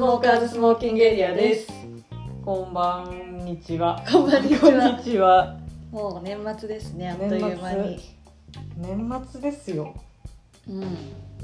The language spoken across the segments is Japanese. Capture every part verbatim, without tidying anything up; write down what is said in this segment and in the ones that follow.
モーカーズスモーキングエリアです。こんばんにちは。 こんばんにちは。 こんにちは。 もう年末ですね。あっという間に年末ですよ。 うん。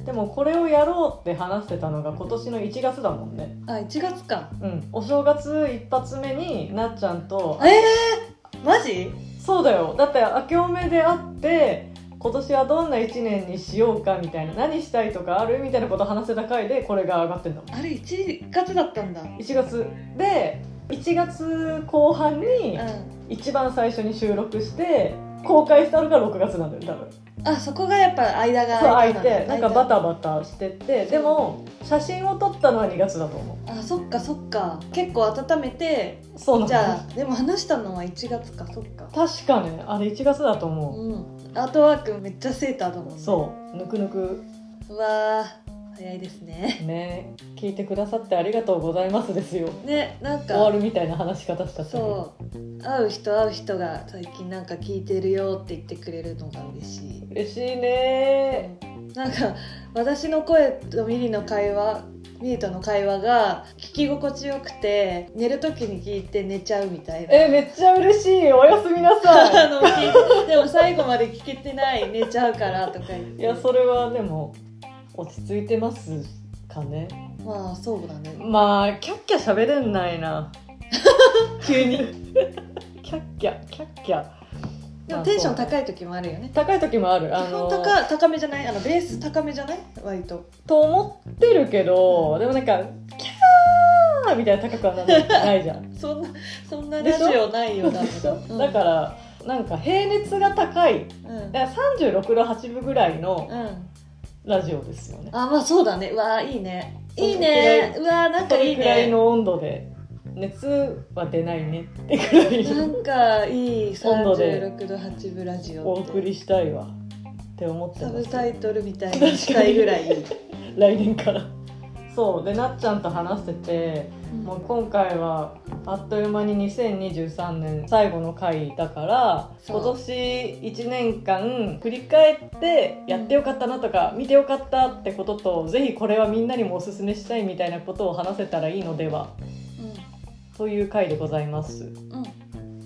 でもこれをやろうって話してたのが今年のいちがつだもんね。 あ、いちがつか。 うん。お正月一発目になっちゃんと。 えー、マジ？ そうだよ。だって明けおめで会って今年はどんないちねんにしようかみたいな、何したいとかあるみたいなことを話せた回でこれが上がってんだもん。 あれいちがつだったんだ。 いちがつでいちがつこう半に一番最初に収録して公開したのがろくがつなんだよ多分。 あ、そこがやっぱ間が空いたてなんかバタバタしてて、でも写真を撮ったのはにがつだと思う。 あ、そっかそっか。結構温めて。 そうなんだ。 じゃあでも話したのはいちがつか。そっか。 確かね、あれいちがつだと思う。 うん。アートワークめっちゃセーターだもんね。 そう、ぬくぬく。 うわー。早いですね。 ね、聞いてくださってありがとうございますですよ。 ね、なんか終わるみたいな話し方しちゃったけど。 そう、会う人会う人が最近なんか聞いてるよって言ってくれるのが嬉しい。 嬉しいね。 なんか私の声とミリの会話、ミリとの会話が聞き心地よくて寝る時に聞いて寝ちゃうみたいな。 え、めっちゃ嬉しい。おやすみなさい。 あの聞いでも最後まで聞けてない寝ちゃうからとか言って。 いや、それはでも落ち着いてますかね。 まあそうだね。 まあキャッキャ喋れんないな急にキャッキャキャッキャ。 でもテンション高い時もあるよね。 高い時もある。あの基本 高, 高めじゃない？あのベース高めじゃない？割とと思ってるけど、でもなんかキャーみたいな高くはないじゃんそんなそんなラジオないよだ、 うん、だからなんか平熱が高い、うん、だからさんじゅうろくどはちぶぐらいのラジオですよね。 あ、まあそうだね。うわいいねいいね。うわなんかいいね。 それくらいの温度で熱は出ないねってくらいなんかいいさんじゅうろくどはちぶラジオお送りしたいわって思ってます。 サブタイトルみたいにしたいぐらい来年からそうでなっちゃんと話してて、うん、もう今回はあっという間ににせんにじゅうさんねん最後の回だから今年いちねんかん振り返ってやってよかったなとか、うん、見てよかったってこととぜひこれはみんなにもおすすめしたいみたいなことを話せたらいいのでは、うん、という回でございます、うん、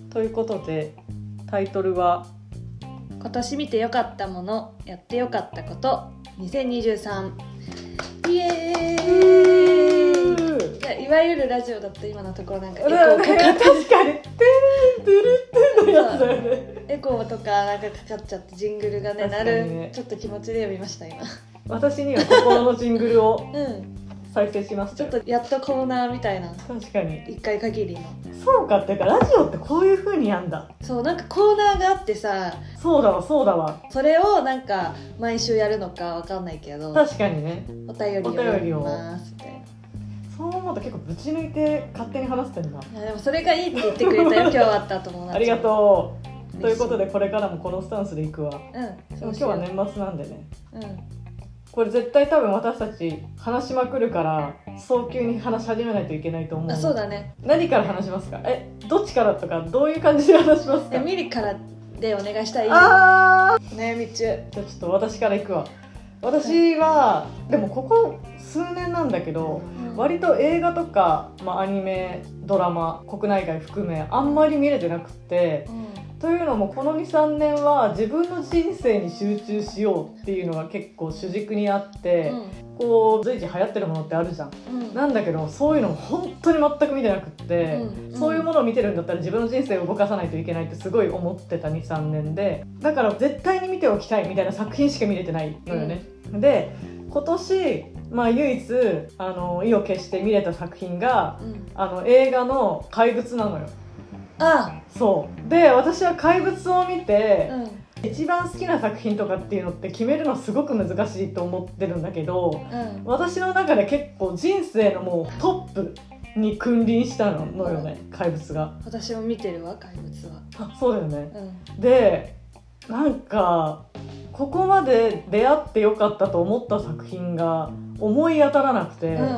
ということでタイトルは今年見てよかったものやってよかったことにせんにじゅうさん。イエーイ。いや、いわゆるラジオだと今のところなんかエコーかかってる。 確かにテントゥルッテンのやつだよね。 エコーとかなんかかかっちゃってジングルがね鳴るちょっと気持ちで読みました今。 私には心のジングルをうん再生しました。 ちょっとやっとコーナーみたいな。 確かにいっかい限りの。 そうかっていうかラジオってこういう風にやんだ。 そうなんかコーナーがあってさ。 そうだわそうだわ。 それをなんか毎週やるのかわかんないけど確かにね。 お便りを読みますみたいな。 そう思うと結構ぶち抜いて勝手に話してるな。 いやでもそれがいいって言ってくれたよ今日あった友達。 ありがとう。ということでこれからもこのスタンスでいくわ。 うん。 でも今日は年末なんでね。 うん。 これ絶対多分私たち話しまくるから早急に話し始めないといけないと思う。 あ、そうだね。 何から話しますか？え、どっちからとかどういう感じで話しますか？ ミリからでお願いしたい。 あー悩み中。 じゃあちょっと私からいくわ。私は、はい、でもここ数年なんだけど、うん、割と映画とか、まあ、アニメドラマ国内外含めあんまり見れてなくて、うん、というのもこの にさんねんは自分の人生に集中しようっていうのが結構主軸にあって、うん、こう随時流行ってるものってあるじゃん、うん、なんだけどそういうの本当に全く見てなくって、うん、そういうものを見てるんだったら自分の人生を動かさないといけないってすごい思ってた にさんねんで、だから絶対に見ておきたいみたいな作品しか見れてないのよね、うん、で今年、まあ、唯一あの意を決して見れた作品が、うん、あの映画の怪物なのよ。 ああそうで私は怪物を見て、 うん、 一番好きな作品とかっていうのって決めるのすごく難しいと思ってるんだけど、うん、私の中で結構人生のもうトップに君臨したのよね、うん、怪物が。 私も見てるわ怪物は。 あ、そうだよね、うん、でなんかここまで出会ってよかったと思った作品が思い当たらなくて、うん、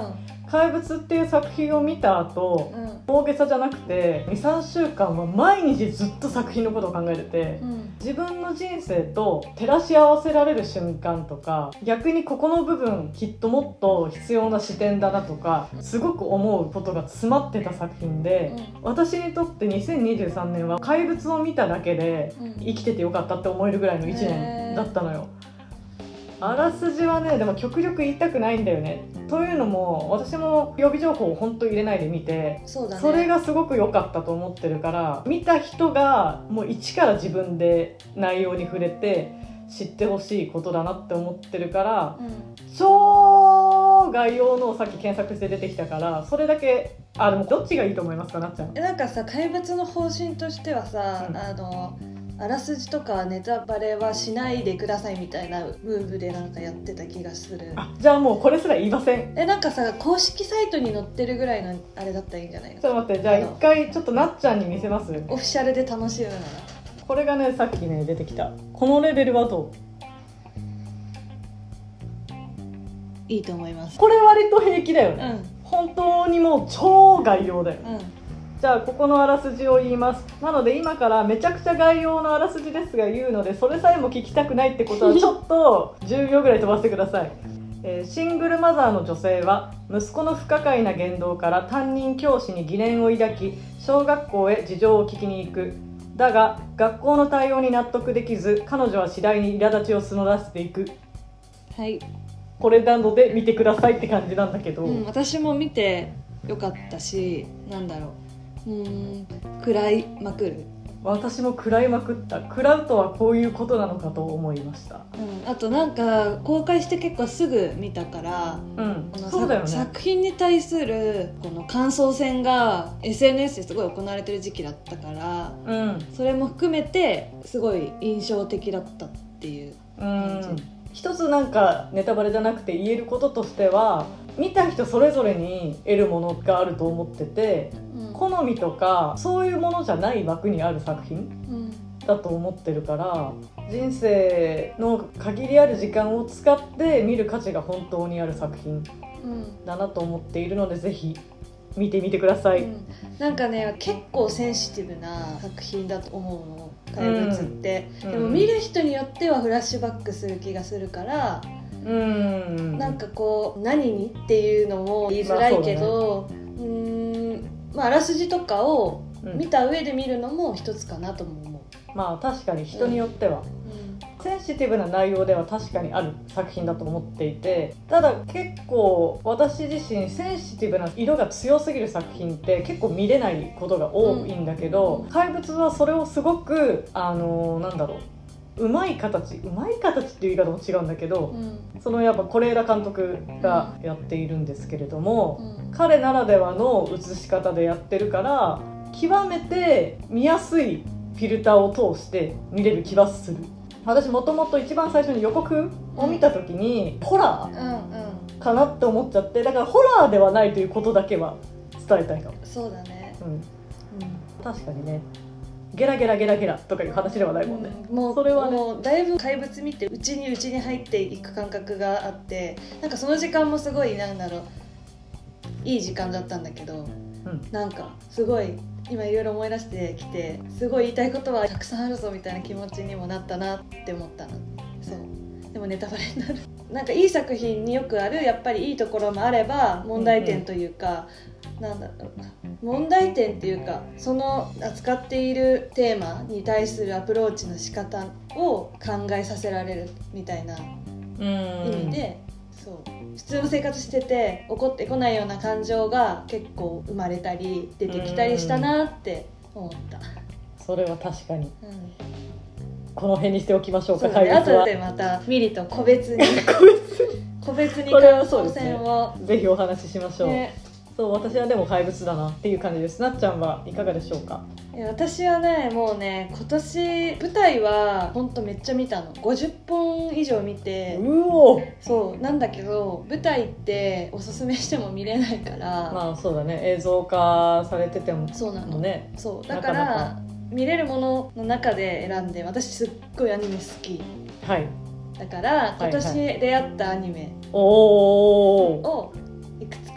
怪物っていう作品を見た後、 うん大げさじゃなくて にさんしゅうかんは毎日ずっと作品のことを考えてて、 うん自分の人生と照らし合わせられる瞬間とか、逆にここの部分きっともっと必要な視点だなとかすごく思うことが詰まってた作品で、私にとってにせんにじゅうさんねんは怪物を見ただけでうん生きててよかったって思えるぐらいのいちねんだったのよ。あらすじはね、でも極力言いたくないんだよね。というのも私も予備情報を本当入れないで見て、 そうだね、 それがすごく良かったと思ってるから、見た人がもう一から自分で内容に触れて知ってほしいことだなって思ってるから、 うん超概要のをさっき検索して出てきたから、それだけ。あ、でもどっちがいいと思いますか、なっちゃん。 えなんかさ、怪物の方針としてはさ、 うんあのあらすじとかネタバレはしないでくださいみたいなムーブでなんかやってた気がする。 あ、じゃあもうこれすら言いません。 えなんかさ、公式サイトに載ってるぐらいのあれだったらいいんじゃないの？ ちょっと待って、じゃあ一回ちょっとなっちゃんに見せます。 オフィシャルで楽しむなら。 これがね、さっきね出てきたこのレベルはどう？ いいと思います。 これ割と平気だよね、 うん本当にもう超概要だよ。 うんじゃあここのあらすじを言います。なので今からめちゃくちゃ概要のあらすじですが言うので、それさえも聞きたくないってことはちょっとじゅうびょうぐらい飛ばしてください。えーシングルマザーの女性は息子の不可解な言動から担任教師に疑念を抱き、小学校へ事情を聞きに行く。だが学校の対応に納得できず、彼女は次第に苛立ちを募らせていく。 はい、 これなので見てくださいって感じなんだけど、 うん、私も見てよかったし、なんだろう、うーん食らいまくる。 私も食らいまくった。食らうとはこういうことなのかと思いました。 うん、あとなんか公開して結構すぐ見たから、 うんこのそうだよね。 作品に対するこの感想戦が エスエヌエス ですごい行われてる時期だったから、 うんそれも含めてすごい印象的だったっていう感じ。 うん一つなんかネタバレじゃなくて言えることとしては、見た人それぞれに得るものがあると思ってて、 うん好みとかそういうものじゃない枠にある作品うんだと思ってるから、人生の限りある時間を使って見る価値が本当にある作品うんだなと思っているので、ぜひ見てみてください。 うんなんかね、結構センシティブな作品だと思うの、怪物って、 うんでも見る人によってはフラッシュバックする気がするから、 うんなんかこう何にっていうのも言いづらいけど、うーんまああらすじとかを見た上で見るのも一つかなとも思う。 まあ確かに人によっては、 うんセンシティブな内容では確かにある作品だと思っていて、ただ結構私自身センシティブな色が強すぎる作品って結構見れないことが多いんだけど、 うん怪物はそれをすごくあのーなんだろううまい形うまい形っていう言い方も違うんだけど、 うんそのやっぱ是枝監督がやっているんですけれども、 うん彼ならではの映し方でやってるから、極めて見やすいフィルターを通して見れる気はする。私もともと一番最初に予告を見た時に、ホラうんうんーかなって思っちゃって、だからホラーではないということだけは伝えたいかも。 そうだね、 うん、 うん確かにね、ゲラゲラゲラゲラとかいう話ではないもんね、 うんもうそれはねもうだいぶ怪物見てうちにうちに入っていく感覚があって、なんかその時間もすごいなんだろういい時間だったんだけど、 うんなんかすごい今いろいろ思い出してきて、すごい言いたいことはたくさんあるぞみたいな気持ちにもなったなって思ったの。そうでもネタバレになるなんかいい作品によくあるやっぱりいいところもあれば問題点というか、うんうん、なんだろうな問題点っていうか、その扱っているテーマに対するアプローチの仕方を考えさせられるみたいなうん意味で、そう普通の生活してて起こってこないような感情が結構生まれたり出てきたりしたなって思った、 それは確かにうん、 この辺にしておきましょうか。 そうね、 怪物は後でまたミリと個別に個別にこれは感想そうですね戦を、 ぜひお話ししましょう、 ね、 そう私はでも怪物だなっていう感じです。なっちゃんはいかがでしょうか。 いや私はねもうね今年舞台はほんとめっちゃ見たの、ごじゅっぽん以上見て、 うおそうなんだけど舞台っておすすめしても見れないから、 まあそうだね、映像化されててもそうなのね、 そうだからなかなか見れるものの中で選んで、私すっごいアニメ好きはいだから今年出会ったアニメおおをいくつか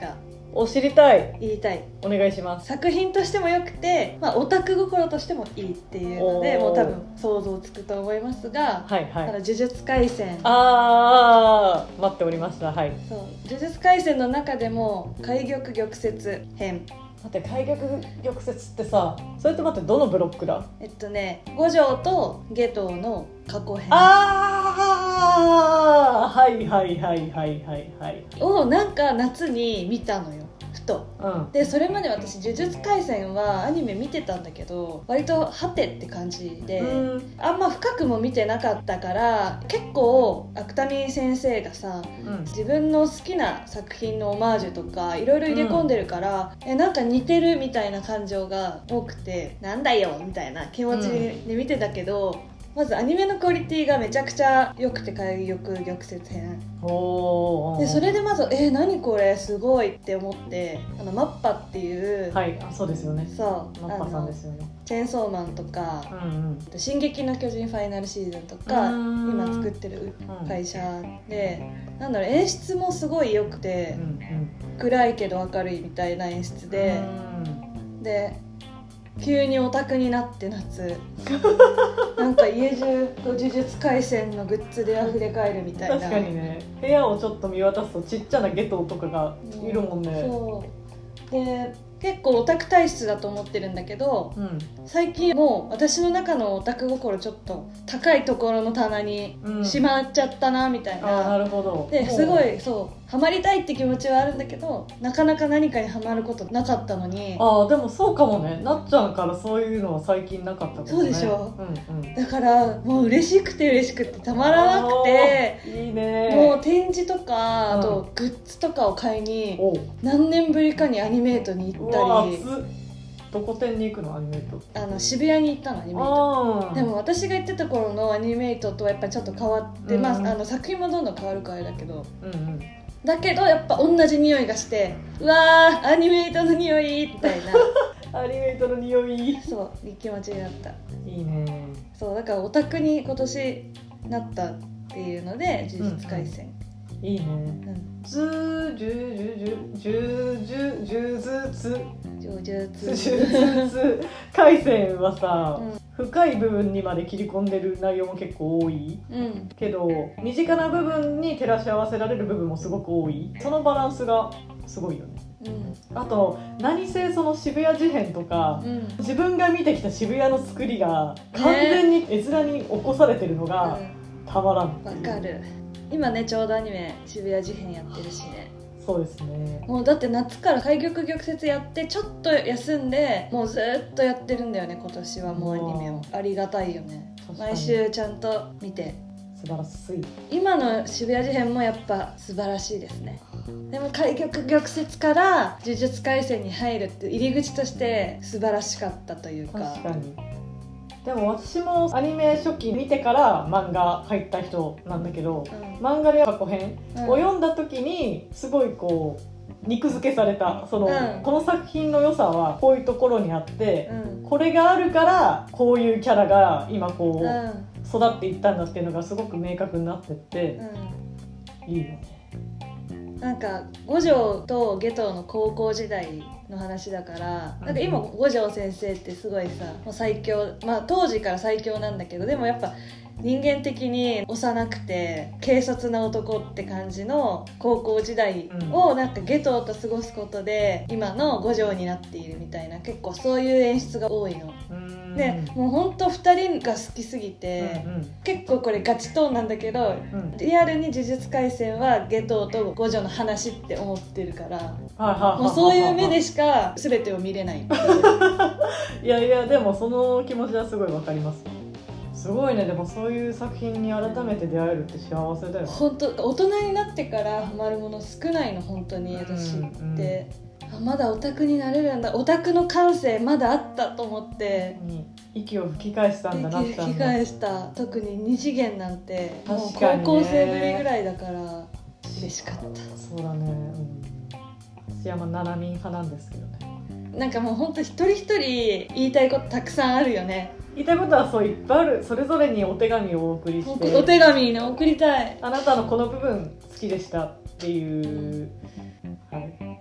を知りたい。 言いたい。 お願いします。 作品としてもよくて、まあ、オタク心としてもいいっていうのでもう多分想像つくと思いますが、 はいはい、 ただ呪術廻戦、 あー待っておりました。はい。 そう呪術廻戦の中でも懐玉玉折編、 待って、開脚玉折ってさ、それって待って、どのブロックだ？ えっとね五条と下等の過去編あーはいはいはいはいはいはいをなんか夏に見たのよ、ふと。 うんでそれまで私呪術廻戦はアニメ見てたんだけど割とはてって感じで、 うんあんま深くも見てなかったから結構芥見先生がさうん自分の好きな作品のオマージュとかいろいろ入れ込んでるから、うん、えなんか似てるみたいな感情が多くてなんだよみたいな気持ちで見てたけど、うんまずアニメのクオリティがめちゃくちゃ良くて懐玉玉折編おでそれでまずえー、何これすごいって思ってあのマッパっていうはいあそうですよねそうマッパさんですよねチェーンソーマンとか、 うんうん、 進撃の巨人ファイナルシーズンとか今作ってる会社で、うん、なんだろう演出もすごい良くて、うんうん、暗いけど明るいみたいな演出で、うん、で急にオタクになって夏なんか家中呪術廻戦のグッズで溢れ返るみたいな。 確かにね部屋をちょっと見渡すとちっちゃなゲトとかがいるもんね、 うん、そうで結構オタク体質だと思ってるんだけど、うん、最近もう私の中のオタク心ちょっと高いところの棚にしまっちゃったなみたいな、 うん、あなるほどですごいそうハマりたいって気持ちはあるんだけどなかなか何かにハマることなかったのにああでもそうかもねなっちゃんからそういうのは最近なかったかもねそうでしょ、 うんうん、 だからもう嬉しくて嬉しくてたまらなくていいねもう展示とか、うん、あとグッズとかを買いに何年ぶりかにアニメートに行ったりどこ店に行くのアニメートあの渋谷に行ったのアニメートでも私が行ってた頃のアニメートとはやっぱちょっと変わって、うんまあ、あの作品もどんどん変わるからあれだけど、うんうんだけどやっぱ同じ匂いがしてうわーアニメートの匂いみたいなアニメートの匂いそういい気持ちになった。 いいねそうだからオタクに今年なったっていうので呪術廻戦、 うんうん、いいね、うん、ずじゅじゅじゅじゅじゅじゅずつ呪術廻戦はさ、うん、深い部分にまで切り込んでる内容も結構多い、うん、けど身近な部分に照らし合わせられる部分もすごく多いそのバランスがすごいよね、うん、あと何せその渋谷事変とか、うん、自分が見てきた渋谷の作りが完全に絵面に起こされてるのがたまらんわ、うん、かる今ねちょうどアニメ渋谷事変やってるしねそうですねもうだって夏から開玉玉折やってちょっと休んでもうずっとやってるんだよね今年はもうアニメをありがたいよね毎週ちゃんと見て素晴らしい今の渋谷事変もやっぱ素晴らしいですねでも開玉玉折から呪術廻戦に入るって入り口として素晴らしかったというか確かにでも私もアニメ初期見てから漫画入った人なんだけど、うん、漫画で過去編を読んだ時にすごいこう肉付けされたその、うん、この作品の良さはこういうところにあって、うん、これがあるからこういうキャラが今こう、うん、育っていったんだっていうのがすごく明確になってって、いいよねなんか五条と下等の高校時代の話だからなんか今五条先生ってすごいさもう最強まあ当時から最強なんだけどでもやっぱ人間的に幼くて軽率な男って感じの高校時代をなんか下等と過ごすことで今の五条になっているみたいな結構そういう演出が多いの。でもうほんとふたりが好きすぎて、うんうん、結構これガチトーンなんだけど、うん、リアルに呪術廻戦は下等と五条の話って思ってるからもうそういう目でしか全てを見れないいやいやでもその気持ちはすごいわかりますすごいねでもそういう作品に改めて出会えるって幸せだよね本当大人になってからハマるもの少ないの本当に私って、うんうんあまだオタクになれるんだオタクの感性まだあったと思って息を吹き返したんだなって息吹き返した特に二次元なんてもう高校生ぶりぐらいだから嬉しかったそうだね、うん、私はまあななみん派なんですけどねなんかもうほんと一人一人言いたいことたくさんあるよね言いたいことはそういっぱいあるそれぞれにお手紙をお送りしてお手紙ね送りたいあなたのこの部分好きでしたっていう、はい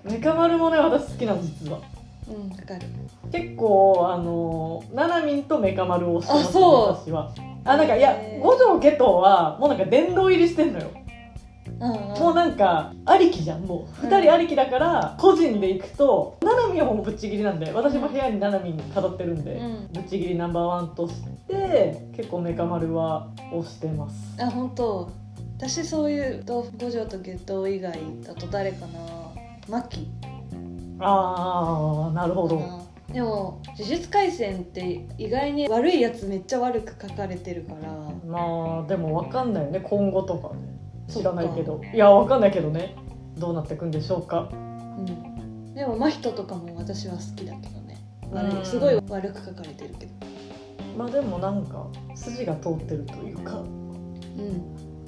メカ丸もね私好きなの実は。 うんわかる。 結構あのななみんとメカ丸をしてます、ね、 あそう私は。あなんかいや五条家とはもうなんか殿堂入りしてんのよ。 うんうん、 もうなんかありきじゃん。もうふたりありきだから個人で行くとななみんはもうぶっちぎりなんで、私も部屋にななみん飾ってるんで、 うん、 ぶっちぎりナンバーワンとして結構メカ丸は推してます。 あ本当。私そういうと五条と月頭以外だと誰かな。マキ。 ああなるほど。 でも呪術廻戦って意外に悪いやつめっちゃ悪く書かれてるから。 まあでも分かんないよね今後とかね。知らないけど、いや分かんないけどねどうなっていくんでしょうか。 うんでも真人とかも私は好きだけどね。悪いすごい悪く書かれてるけど、 まあでもなんか筋が通ってるというか、 うん、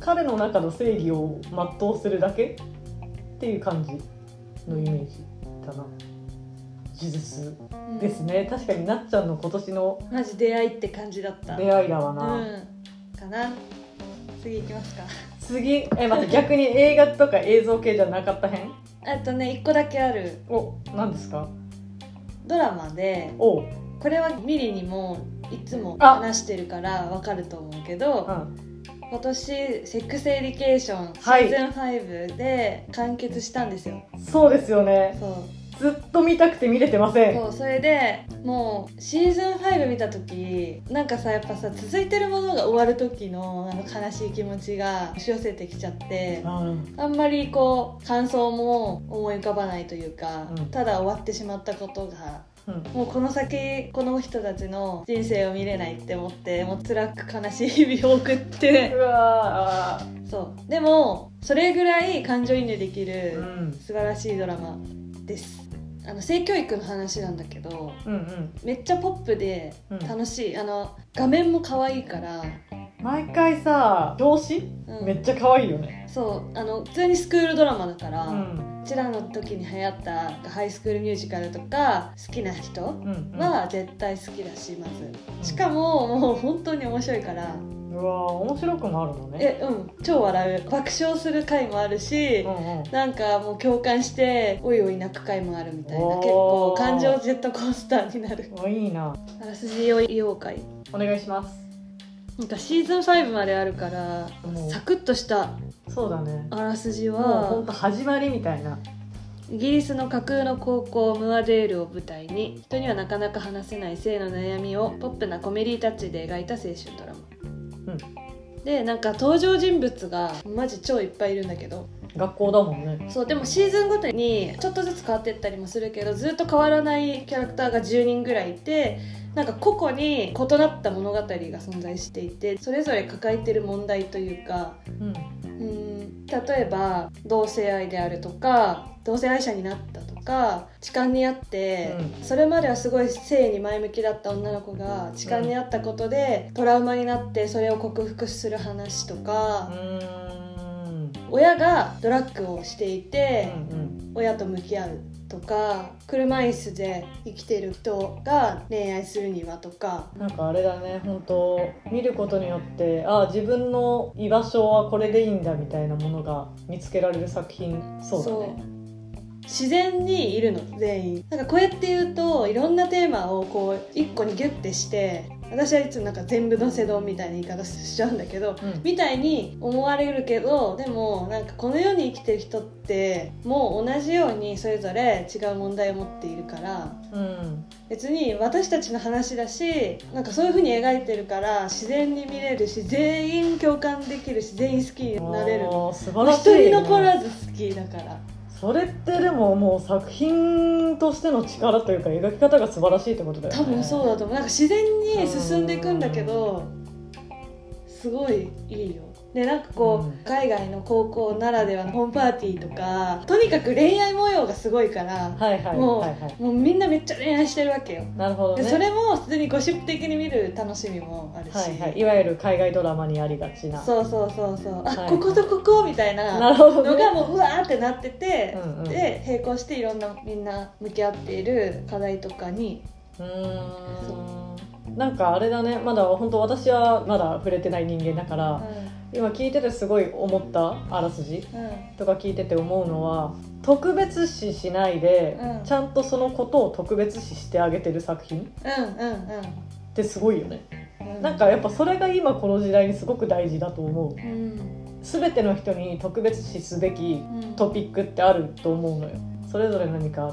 彼の中の正義を全うするだけっていう感じのイメージだな。呪術ですね、うん、確かになっちゃんの今年のマジ出会いって感じだった。 出会いだわな、 うん、かな。次行きますか。 次え待って逆に映画とか映像系じゃなかった編。 あとねいっこだけある。 お何ですか。 ドラマでおこれはミリにもいつも話してるから分かると思うけど、うん、今年セックスエデュケーションシーズンファイブで完結したんですよ。 そうですよね。 そうずっと見たくて見れてません。 そうそれでもうシーズンファイブ見た時なんかさやっぱさ続いてるものが終わる時のあの悲しい気持ちが押し寄せてきちゃって、うん、あんまりこう感想も思い浮かばないというか、うん、ただ終わってしまったことが、うん、もうこの先この人たちの人生を見れないって思ってもう辛く悲しい日々を送ってうわそうでもそれぐらい感情移入できる素晴らしいドラマです。あの性教育の話なんだけど、うんうん、めっちゃポップで楽しい、うん、あの画面も可愛いから毎回さ表紙、うん、めっちゃ可愛いよね。 そうあの普通にスクールドラマだから、うん、うちらの時に流行ったハイスクールミュージカルとか好きな人は絶対好きだし、まずしかももう本当に面白いから。 うわ面白くもあるのね。 えうん超笑う爆笑する回もあるし、うんうん、なんかもう共感しておいおい泣く回もあるみたいな結構感情ジェットコースターになる。 おいいな。 あらすじを言おうかい。 お願いします。 なんかシーズンファイブまであるからサクッとしたそうだね。 あらすじはもうほんと始まりみたいな。 イギリスの架空の高校ムアデールを舞台に人にはなかなか話せない性の悩みをポップなコメディタッチで描いた青春ドラマ。うん、でなんか登場人物がマジ超いっぱいいるんだけど学校だもんね。 そうでもシーズンごとにちょっとずつ変わっていったりもするけどずっと変わらないキャラクターがじゅうにんぐらいいてなんか個々に異なった物語が存在していてそれぞれ抱えてる問題というか、うん、うん例えば同性愛であるとか同性愛者になったとか痴漢にあって、うん、それまではすごい性に前向きだった女の子が痴漢にあったことでトラウマになってそれを克服する話とか、うん、親がドラッグをしていて、うんうん、親と向き合うとか車椅子で生きてる人が恋愛するにはとかなんかあれだね本当見ることによってあ自分の居場所はこれでいいんだみたいなものが見つけられる作品。そうだね。 自然にいるの全員なんかこうやって言うといろんなテーマをこう一個にギュッてして私はいつもなんか全部のせどんみたいな言い方しちゃうんだけど、うん、みたいに思われるけどでもなんかこの世に生きてる人ってもう同じようにそれぞれ違う問題を持っているから、うん、別に私たちの話だしなんかそういう風に描いてるから自然に見れるし全員共感できるし全員好きになれるの。 素晴らしいね。 一人残らず好きだからそれってでももう作品としての力というか描き方が素晴らしいってことだよね。 多分そうだと思う。なんか自然に進んでいくんだけどすごいいいよ。でなんかこう、うん、海外の高校ならではのホームパーティーとかとにかく恋愛模様がすごいから、はいはい、もう、はいはい、もうみんなめっちゃ恋愛してるわけよ。なるほどね。でそれも普通にゴシップ的に見る楽しみもあるし、 はいはい、いわゆる海外ドラマにありがちなそうそうそうそうあ、はい、こことここみたいなのがもううわーってなってて、うんうん、で並行していろんなみんな向き合っている課題とかにうーんなんかあれだねまだ本当私はまだ触れてない人間だから、うん今聞いててすごい思ったあらすじとか聞いてて思うのは、特別視しないで、 うん、 ちゃんとそのことを特別視してあげてる作品ってすごいよね、うんうん、なんかやっぱそれが今この時代にすごく大事だと思う、うん、全ての人に特別視すべきトピックってあると思うのよ。それぞれ何かあって、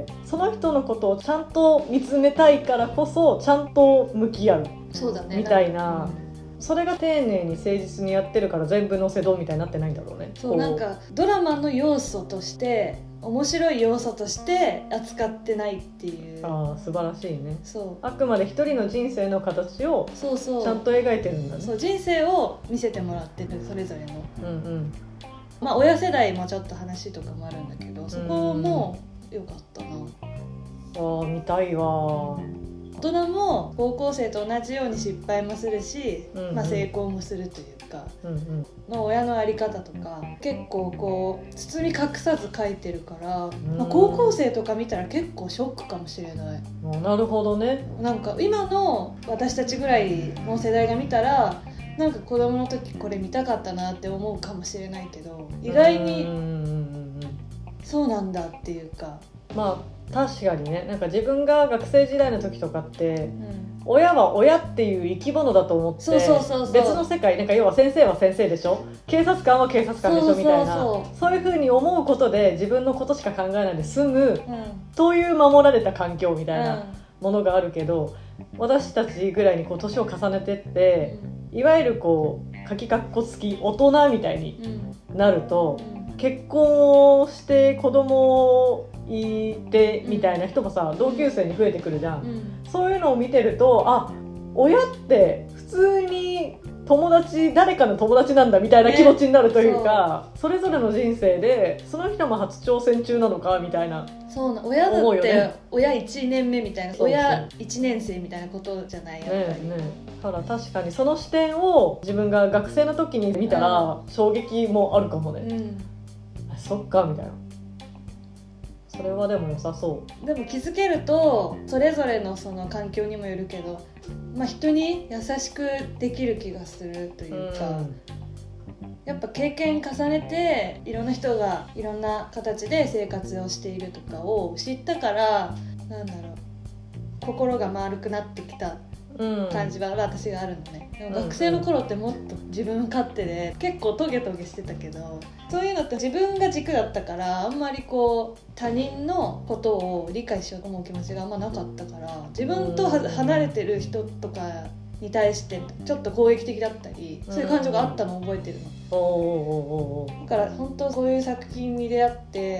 その人のことをちゃんと見つめたいからこそちゃんと向き合うみたいな、それが丁寧に誠実にやってるから全部載せどみたいになってないんだろうね。 そう、なんかドラマの要素として面白い要素として扱ってないっていう。 ああ、素晴らしいね。 そう、 あくまで一人の人生の形をちゃんと描いてるんだね。 そう、人生を見せてもらってる、それぞれの。うんうん。まあ親世代もちょっと話とかもあるんだけど、そこも良かったな。 ああ、見たいわ。 大人も高校生と同じように失敗もするし、うんうん、まあ、成功もするというか、うんうん、の親の在り方とか結構こう包み隠さず書いてるから、うん、まあ、高校生とか見たら結構ショックかもしれない。 なるほどね。 なんか今の私たちぐらいの世代が見たらなんか子供の時これ見たかったなって思うかもしれないけど、意外にそうなんだっていうか、 まあ確かにね、なんか自分が学生時代の時とかって、うん、親は親っていう生き物だと思って、そうそうそうそう、別の世界、なんか要は先生は先生でしょ、警察官は警察官でしょみたいな、そうそうそう、そういう風に思うことで自分のことしか考えないで済む、うん、という守られた環境みたいなものがあるけど、うん、私たちぐらいにこう年を重ねてって、うん、いわゆるこうかきかっこつき大人みたいになると、うん、結婚をして子供をいてみたいな人もさ、同級生に増えてくるじゃん、うん、そういうのを見てると、あ、親って普通に友達、誰かの友達なんだみたいな気持ちになるというか、ね、そ, それぞれの人生でその人も初挑戦中なのかみたいな、 そうな、親だって親いちねんめみたいな、親いちねん生みたいなことじゃない、やっぱり、ねね、 だから確かにその視点を自分が学生の時に見たら衝撃もあるかもね、うん、そっかみたいな。それはでも良さそう。 でも気づけるとそれぞれのその環境にもよるけど、まあ、人に優しくできる気がするというか、うん、やっぱ経験重ねていろんな人がいろんな形で生活をしているとかを知ったから、なんだろう、心が丸くなってきた感じは私があるのね。でも学生の頃ってもっと自分勝手で結構トゲトゲしてたけど、そういうのって自分が軸だったから、あんまりこう他人のことを理解しようと思う気持ちがあんまなかったから、自分と離れてる人とかに対してちょっと攻撃的だったり、そういう感情があったのを覚えてるの。だから本当そういう作品に出会って、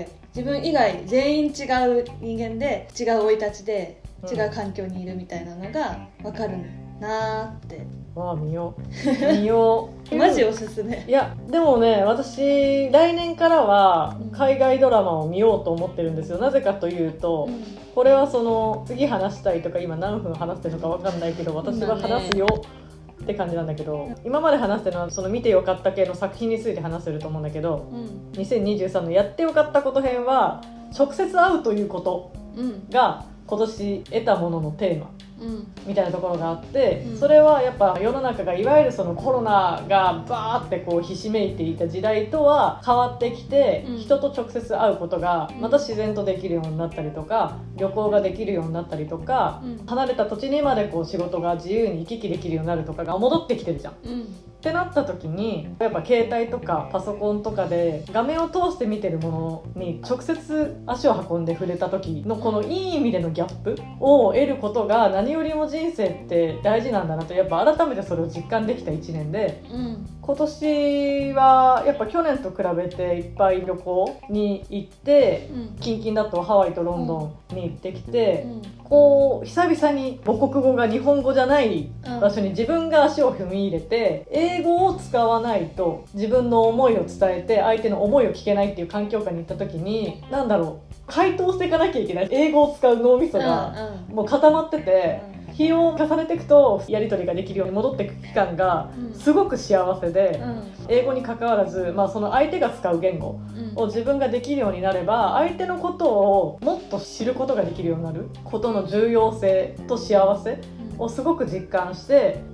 自分以外全員違う人間で違う生い立ちで違う環境にいるみたいなのが分かるなーって。 わあ、見よう見ようマジおすすめ。 いやでもね、私来年からは海外ドラマを見ようと思ってるんですよ。なぜかというと、うん、これはその次話したいとか今何分話してるのか分かんないけど、私は話すよって感じなんだけど、今まで話してるのはその見てよかった系の作品について話せると思うんだけど、うん、にせんにじゅうさんのやってよかったこと編は直接会うということが今年得たもののテーマみたいなところがあって、うん、それはやっぱ世の中がいわゆるそのコロナがバーってこうひしめいていた時代とは変わってきて、うん、人と直接会うことがまた自然とできるようになったりとか、旅行ができるようになったりとか、うん、離れた土地にまでこう仕事が自由に行き来できるようになるとかが戻ってきてるじゃん、うん、ってなった時にやっぱ携帯とかパソコンとかで画面を通して見てるものに直接足を運んで触れた時のこのいい意味でのギャップを得ることが何よりも人生って大事なんだなと、やっぱ改めてそれを実感できたいちねんで、うん、今年はやっぱ去年と比べていっぱい旅行に行って、うん、近々だとハワイとロンドンに行ってきて、うん、こう久々に母国語が日本語じゃない場所に自分が足を踏み入れて、英語を使わないと自分の思いを伝えて相手の思いを聞けないっていう環境下に行った時に、なんだろう、回答していかなきゃいけない英語を使う脳みそがもう固まってて、日を重ねていくとやり取りができるように戻っていく期間がすごく幸せで、英語に関わらず、まあ、その相手が使う言語を自分ができるようになれば、相手のことをもっと知ることができるようになることの重要性と幸せをすごく実感して、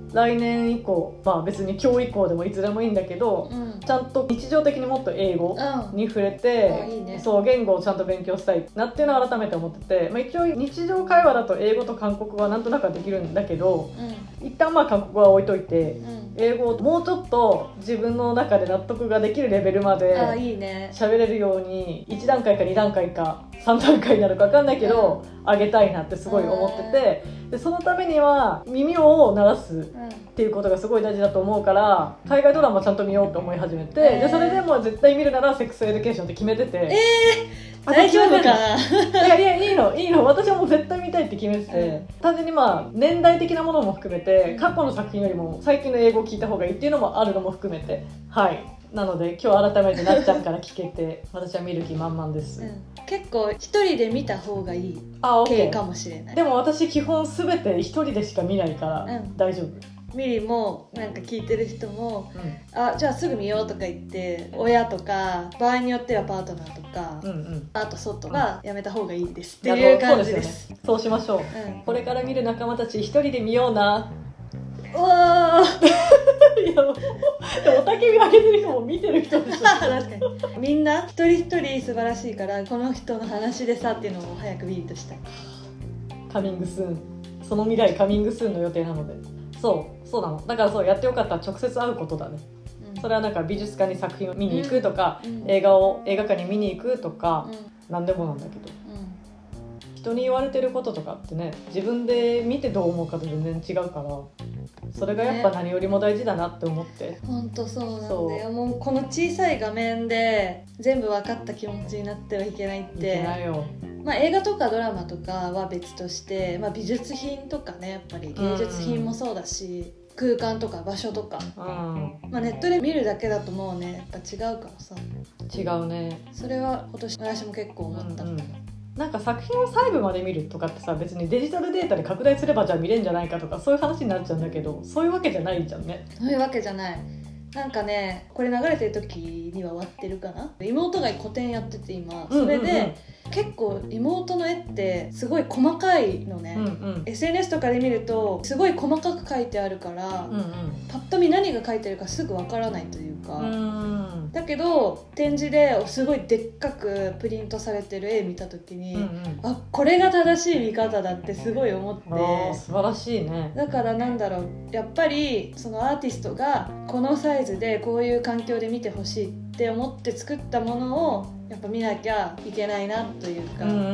来年以降、まあ別に今日以降でもいつでもいいんだけど、 うん、 ちゃんと日常的にもっと英語に触れあて、 いいね、 そう言語をちゃんと勉強したいなっていうのを改めて思ってて、まあ、一応日常会話だと英語と韓国語はなんとなくはできるんだけど、 うん、 一旦まあ韓国語は置いといて、 うん、 英語をもうちょっと自分の中で納得ができるレベルまであいいね、 喋れるようにいち段階かに段階かさん段階になるか分かんないけど、うん、上げたいなってすごい思ってて、でそのためには耳を鳴らすっていうことがすごい大事だと思うから、海外ドラマちゃんと見ようと思い始めて、えー、でそれでも絶対見るならセックスエデュケーションって決めてて、 えー、大丈夫かな。 いやいやいいのいいの、私はもう絶対見たいって決めてて、うん、単純にまあ年代的なものも含めて過去の作品よりも最近の英語を聞いた方がいいっていうのもあるのも含めて、はいなので今日改めてなっちゃんから聞けて私は見る気満々です、うん、 結構一人で見た方がいい系かもしれない。 でも私基本全て一人でしか見ないから大丈夫、 うん、ミリもなんか聞いてる人も、うん、あじゃあすぐ見ようとか言って親とか場合によってはパートナーとか、うんうん、あと外がやめた方がいいですっていう感じです。 そうですよね、そうしましょう、うん、これから見る仲間たち一人で見ような。 うわいやおたけび上げてる人も見てる人でしょ確かにみんな一人一人素晴らしいからこの人の話でさっていうのを早くビートしたい。 カミングスーン、その未来カミングスーンの予定なので、そうそうなの、だからそうやってよかったら直接会うことだね、うん、それはなんか美術館に作品を見に行くとか、うん、映画を映画館に見に行くとか、うん、何でもなんだけど、うん、人に言われてることとかってね自分で見てどう思うかと全然違うから、それがやっぱ何よりも大事だなって思って、 本当そうなんだよ。もうこの小さい画面で全部分かった気持ちになってはいけないって。いけないよ。まあ、映画とかドラマとかは別として、まあ、美術品とかねやっぱり芸術品もそうだし、うん、空間とか場所とか、うんまあ、ネットで見るだけだともうねやっぱ違うからさ。 違うね。 それは今年私も結構思った、うんうんなんか作品を細部まで見るとかってさ別にデジタルデータで拡大すればじゃあ見れるんじゃないかとかそういう話になっちゃうんだけど、そういうわけじゃないじゃんね。 そういうわけじゃない。なんかねこれ流れてる時には終わってるかな。妹が個展やってて今それで、うんうんうん、結構妹の絵ってすごい細かいのね、うんうん、エスエヌエス とかで見るとすごい細かく描いてあるから、うんうん、パッと見何が描いてるかすぐわからないというか、うんだけど展示ですごいでっかくプリントされてる絵見た時に、うんうん、あこれが正しい見方だってすごい思って。 あ素晴らしいね。 だからなんだろうやっぱりそのアーティストがこのサイズでこういう環境で見てほしいって思って作ったものをやっぱ見なきゃいけないなというか、うんうんうんうん、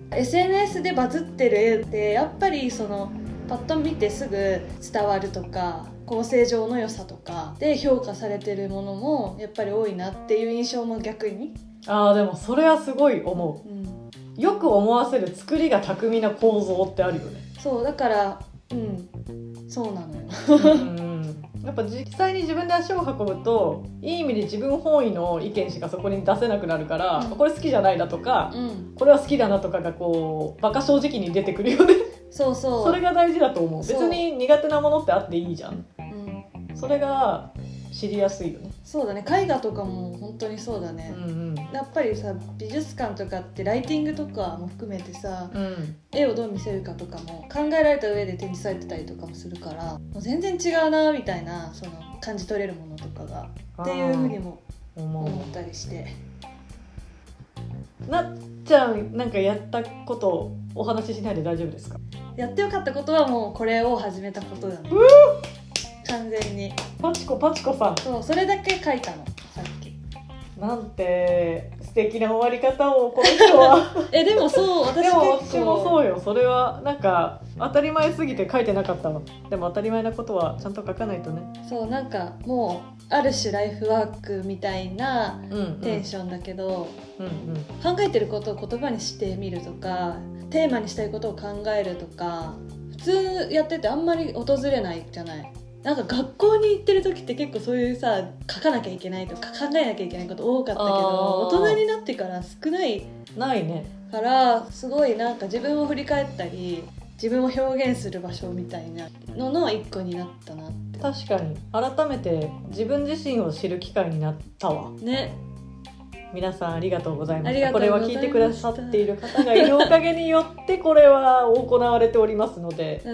エスエヌエス でバズってる絵ってやっぱりそのパッと見てすぐ伝わるとか構成上の良さとかで評価されてるものもやっぱり多いなっていう印象も逆に。 あーでもそれはすごい思う、うん、よく思わせる作りが巧みな構造ってあるよね。 そうだからうんそうなのようんやっぱ実際に自分で足を運ぶといい意味で自分本位の意見しかそこに出せなくなるから、うん、これ好きじゃないなとか、うん、これは好きだなとかがこうバカ正直に出てくるよね。 そうそうそれが大事だと思う。別に苦手なものってあっていいじゃん、うん、それが知りやすいよね。 そうだね絵画とかも本当にそうだね、うんうん、やっぱりさ美術館とかってライティングとかも含めてさ、うん、絵をどう見せるかとかも考えられた上で展示されてたりとかもするからもう全然違うなみたいなその感じ取れるものとかがっていうふうにも思ったりして。 なっちゃんなんかやったことをお話ししないで大丈夫ですか？ やってよかったことはもうこれを始めたことだね。完全にパチコパチコさん。 そうそれだけ書いたのさっき。 なんて素敵な終わり方をこの人はえでもそう私でも私もそうよ。それはなんか当たり前すぎて書いてなかったの。でも当たり前なことはちゃんと書かないとね。 そうなんかもうある種ライフワークみたいなテンションだけど、うんうん、考えてることを言葉にしてみるとかテーマにしたいことを考えるとか普通やっててあんまり訪れないじゃない。なんか学校に行ってる時って結構そういうさ書かなきゃいけないとか考えなきゃいけないこと多かったけど大人になってから少ないないねからすごいなんか自分を振り返ったり自分を表現する場所みたいなのの一個になったなって。 確かに改めて自分自身を知る機会になったわね。 皆さんありがとうございました。これは聞いてくださっている方がいるおかげによってこれは行われておりますので、うん、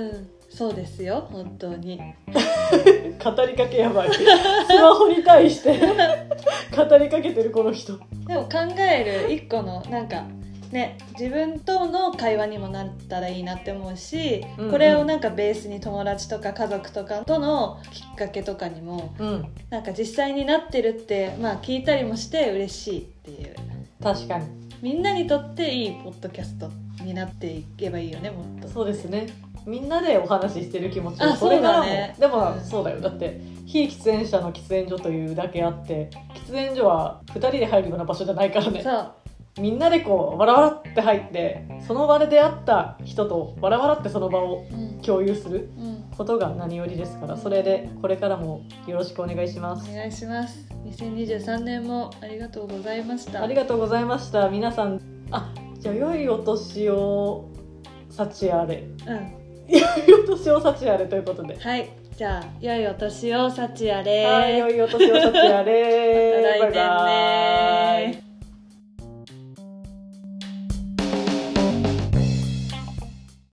そうですよ本当に語りかけやばいスマホに対して語りかけてるこの人。 でも考える一個のなんかね、自分との会話にもなったらいいなって思うし、うんうん、これをなんかベースに友達とか家族とかとのきっかけとかにも、うん、なんか実際になってるって、まあ、聞いたりもして嬉しいっていう。 確かにみんなにとっていいポッドキャストになっていけばいいよね、もっと。 そうですね、みんなでお話ししてる気持ちもこれからも、ね、でも、うん、そうだよ。だって非喫煙者の喫煙所というだけあって喫煙所はふたりで入るような場所じゃないからね。 そうみんなでこうわらわらって入ってその場で出会った人とわらわらってその場を共有することが何よりですから、それでこれからもよろしくお願いします。 お願いします。にせんにじゅうさんねんもありがとうございました。 ありがとうございました。皆さん、あ、じゃあ良いお年を幸あれ、うん、良いお年を幸あれということで、 はい、じゃあ良いお年を幸あれ。 はい、良いお年を幸あれまた来年ね。 バイバイ。